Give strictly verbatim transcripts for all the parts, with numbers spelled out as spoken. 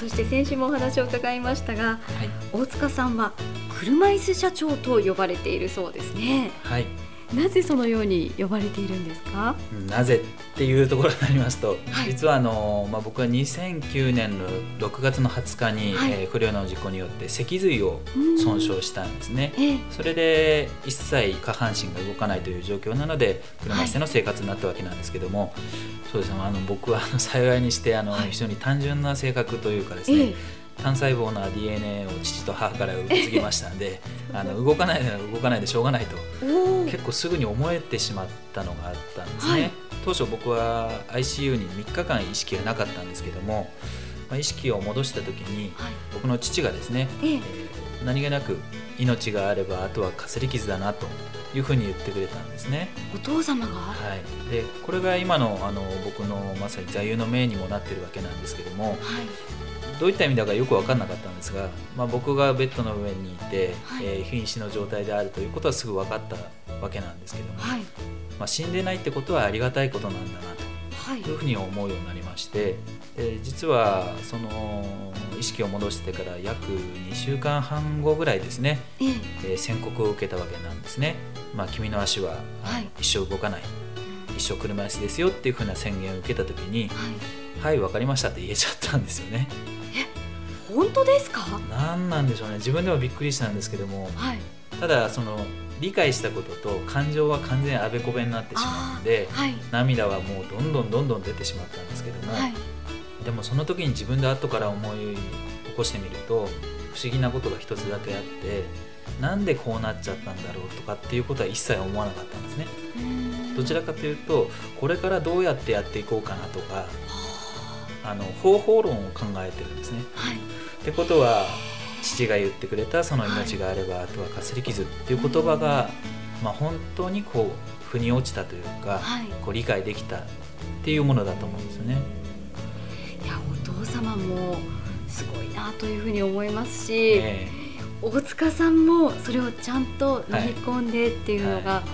そして先週もお話を伺いましたが、 はい、 大塚さんは車椅子社長と呼ばれているそうですね。 はい、 なぜそのように呼ばれているんですか？ なぜっていうところになりますと、 はい、 実はあの、まあ、僕はにせんきゅうねんのろくがつのはつかに、はい、えー、不慮の事故によって脊髄を損傷したんですね。ええ、それで一切下半身が動かないという状況なので車椅子での生活になったわけなんですけども、はい、そうですね、あの僕はあの幸いにしてあの、はい、非常に単純な性格というかですね、ええ、単細胞な ディーエヌエー を父と母から受け継ぎましたのであの動かないなら動かないでしょうがないと結構すぐに思えてしまったのがあったんですね。はい、当初僕は アイシーユー にみっかかん意識がなかったんですけども、まあ、意識を戻した時に、はい、僕の父がですね、えええー、何気なく命があればあとはかすり傷だなというふうに言ってくれたんですね。 お父様が、 はい、でこれが今 の, あの僕のまさに座右の銘にもなっているわけなんですけども、はい、どういった意味だかよく分からなかったんですが、まあ、僕がベッドの上にいて、はい、えー、瀕死の状態であるということはすぐ分かったわけなんですけども、はい、まあ、死んでないってことはありがたいことなんだなというふうに思うようになりまして、で実はその意識を戻してから約にしゅうかんはんごぐらいですね、えーえー、宣告を受けたわけなんですね。まあ、君の足は、はい、一生動かない、一生車椅子ですよっていうふうな宣言を受けたときに、はい、はい、分かりましたって言えちゃったんですよね。 え、本当ですか？ なんなんでしょうね、自分でもびっくりしたんですけども、はい、ただその理解したことと感情は完全にあべこべになってしまうので、はい、涙はもうどんどんどんどん出てしまったんですけども、はい、でもその時に自分で後から思い起こしてみると不思議なことが一つだけあって、なんでこうなっちゃったんだろうとかっていうことは一切思わなかったんですね。どちらかというとこれからどうやってやっていこうかなとか、あの方法論を考えてるんですね。はい、ってことは父が言ってくれたその命があれば、はい、あとはかすり傷っていう言葉が、まあ、本当にこう腑に落ちたというか、はい、こう理解できたっていうものだと思うんですよね。 いや、お父様もすごいなというふうに思いますし、えー、大塚さんもそれをちゃんと飲み込んでっていうのが、はい、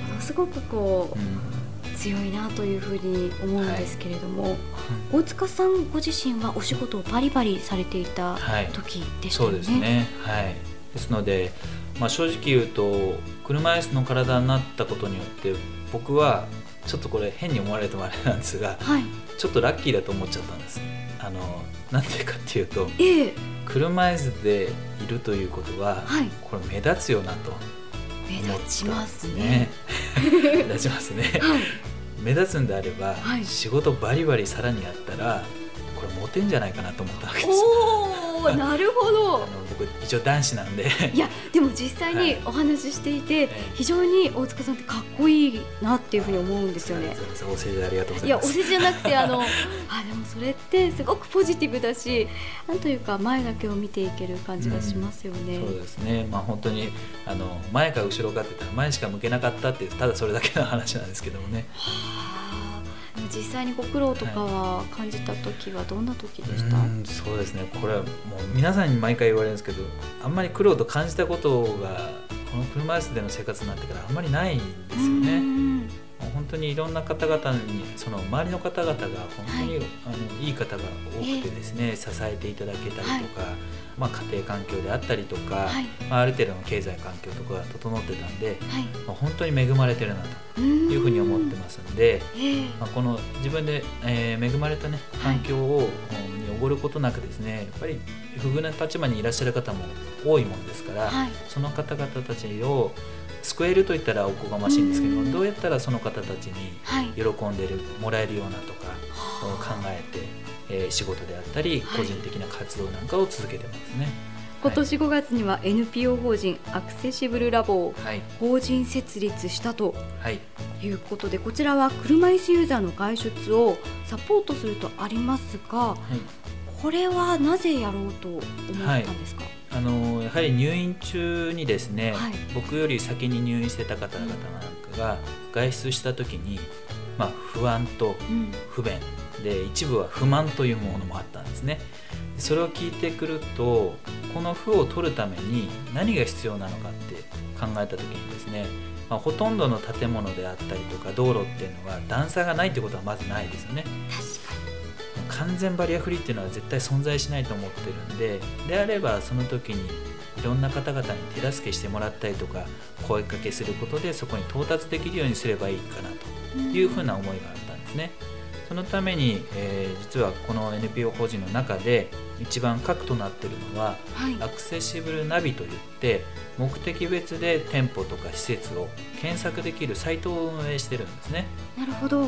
ものすごくこう、うん、強いなというふうに思うんですけれども、はい、大塚さんご自身はお仕事をバリバリされていた時でしたよね。 はい、そうですね、はい、ですので、まあ、正直言うと車椅子の体になったことによって僕はちょっとこれ変に思われてもあれなんですが、はい、ちょっとラッキーだと思っちゃったんです。あのなんでかっていうと、ええ、車椅子でいるということは、はい、これ目立つよなと目立ちますね。 目立ちますね、はい、目立つんであれば、はい、仕事バリバリさらにやったらこれモテんじゃないかなと思ったわけです。 おー、なるほど。 あの僕一応男子なんでいやでも実際にお話ししていて、はい、非常に大塚さんってかっこいいなっていうふうに思うんですよね。 お世辞ありがとうございます。 いやお世辞じゃなくてあのあでもそれってすごくポジティブだし、なんというか前だけを見ていける感じがしますよね。 うん、そうですね、まあ、本当にあの前か後ろかって言ったら前しか向けなかったっていうただそれだけの話なんですけどもね。 はあ、実際にご苦労とかは感じた時はどんな時でした？ はい、うん、そうですね、これはもう皆さんに毎回言われるんですけど、あんまり苦労と感じたことがこの車椅子での生活になってからあんまりないんですよね。もう本当にいろんな方々にその周りの方々が本当に、はい、あのいい方が多くてですね、えー、支えていただけたりとか、はい、まあ、家庭環境であったりとか、はい、まあ、ある程度の経済環境とかが整ってたんで、はい、まあ、本当に恵まれてるなというふうに思ってますんで、えーまあ、この自分で、えー、恵まれた、ね、環境を、はい、におごることなくですね、やっぱり不遇な立場にいらっしゃる方も多いもんですから、はい、その方々たちを救えるといったらおこがましいんですけども、どうやったらその方たちに喜んでる、はい、もらえるようなとかを考えて、えー、仕事であったり個人的な活動なんかを続けてますね。はい、 今年ごがつには エヌピーオー 法人アクセシブルラボを法人設立したということで、はい、こちらは車椅子ユーザーの外出をサポートするとありますが、はい、これはなぜやろうと思ったんですか？はい、 あのやはり入院中にですね、はい、僕より先に入院してた方々なんかが外出した時に、まあ、不安と不便、うん、で一部は不満というものもあったんですね。それを聞いてくると、この負を取るために何が必要なのかって考えた時にですね、まあ、ほとんどの建物であったりとか道路っていうのは段差がないってことはまずないですよね。 確かに完全バリアフリーっていうのは絶対存在しないと思ってるんで、であればその時にいろんな方々に手助けしてもらったりとか声かけすることでそこに到達できるようにすればいいかなというふうな思いがあったんですね。そのために、えー、実はこの エヌピーオー 法人の中で一番核となっているのは、はい、アクセシブルナビといって目的別で店舗とか施設を検索できるサイトを運営してるんですね。 なるほど、 はい、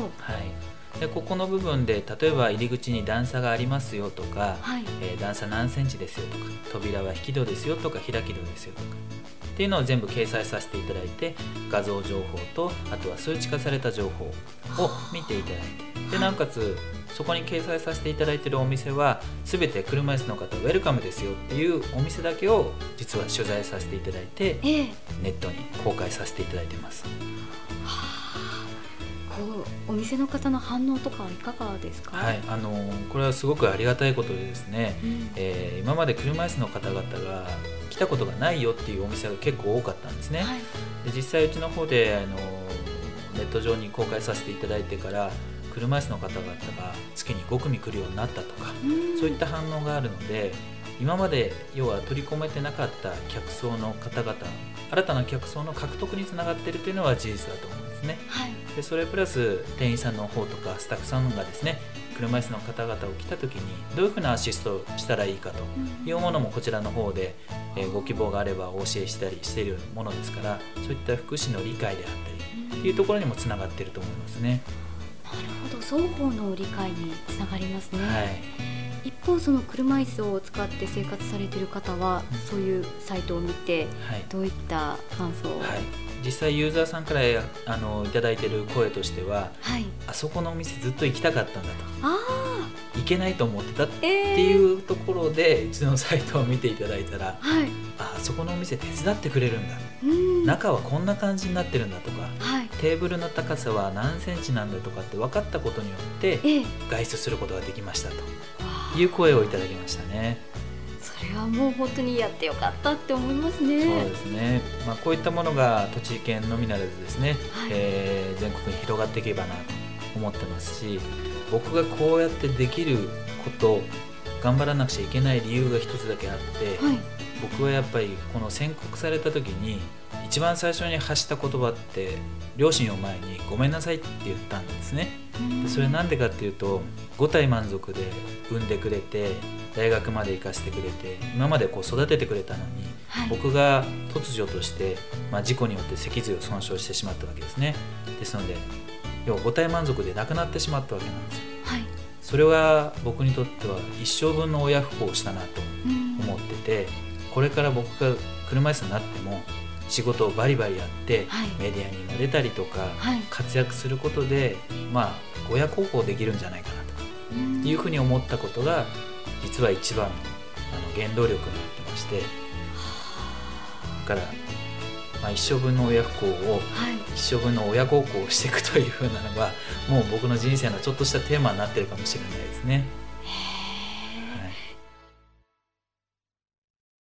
でここの部分で例えば入り口に段差がありますよとか、はい、えー、段差何センチですよとか扉は引き戸ですよとか開き戸ですよとかっていうのを全部掲載させていただいて、画像情報とあとは数値化された情報を見ていただいて、でなおかつそこに掲載させていただいているお店は全て車椅子の方ウェルカムですよっていうお店だけを実は取材させていただいて、えー、ネットに公開させていただいてます。 はあ、こうお店の方の反応とかはいかがですか？ はい、あのこれはすごくありがたいことでですね、うん、えー、今まで車椅子の方々が来たことがないよっていうお店が結構多かったんですね、はい、で実際うちの方であのネット上に公開させていただいてから車椅子の方々が月にご組来るようになったとか、そういった反応があるので、今まで要は取り込めてなかった客層の方々、新たな客層の獲得につながっているというのは事実だと思うんですね、はい、でそれプラス店員さんの方とかスタッフさんがですね、車椅子の方々を来た時にどういうふうなアシストをしたらいいかというものもこちらの方で、えー、ご希望があればお教えしたりしているものですから、そういった福祉の理解であったりというところにもつながっていると思いますね。 なるほど、双方の理解につながりますね、 はい、 一方その車椅子を使って生活されている方は、うん、そういうサイトを見て、はい、どういった感想を、はい、 実際ユーザーさんからあのいただいている声としては、はい、あそこのお店ずっと行きたかったんだと、あ行けないと思ってたっていうところで、えー、うちのサイトを見ていただいたら、はい、あそこのお店手伝ってくれるんだ、うん、中はこんな感じになってるんだとか、はい、テーブルの高さは何センチなんだとかって分かったことによって外出することができましたという声をいただきましたね。 それはもう本当にやってよかったって思いますね。 そうですね、まあ、こういったものが栃木県のみならずですね、はい、えー、全国に広がっていけばなと思ってますし、僕がこうやってできること頑張らなくちゃいけない理由が一つだけあって、はい、僕はやっぱりこの宣告された時に一番最初に発した言葉って両親を前にごめんなさいって言ったんですね。でそれなんでかっていうと、ご体満足で産んでくれて大学まで行かせてくれて今までこう育ててくれたのに、はい、僕が突如として、まあ、事故によって脊髄を損傷してしまったわけですね。ですので要はご体満足で亡くなってしまったわけなんですよ、はい、それは僕にとっては一生分の親不幸をしたなと思ってて、これから僕が車椅子になっても仕事をバリバリやって、はい、メディアにも出たりとか、はい、活躍することで、まあ、親孝行できるんじゃないかなというふうに思ったことが実は一番の、あの原動力になってまして、だから、まあ、一生分の親不幸を、はい、一生分の親孝行をしていくというふうなのがもう僕の人生のちょっとしたテーマになってるかもしれないですね。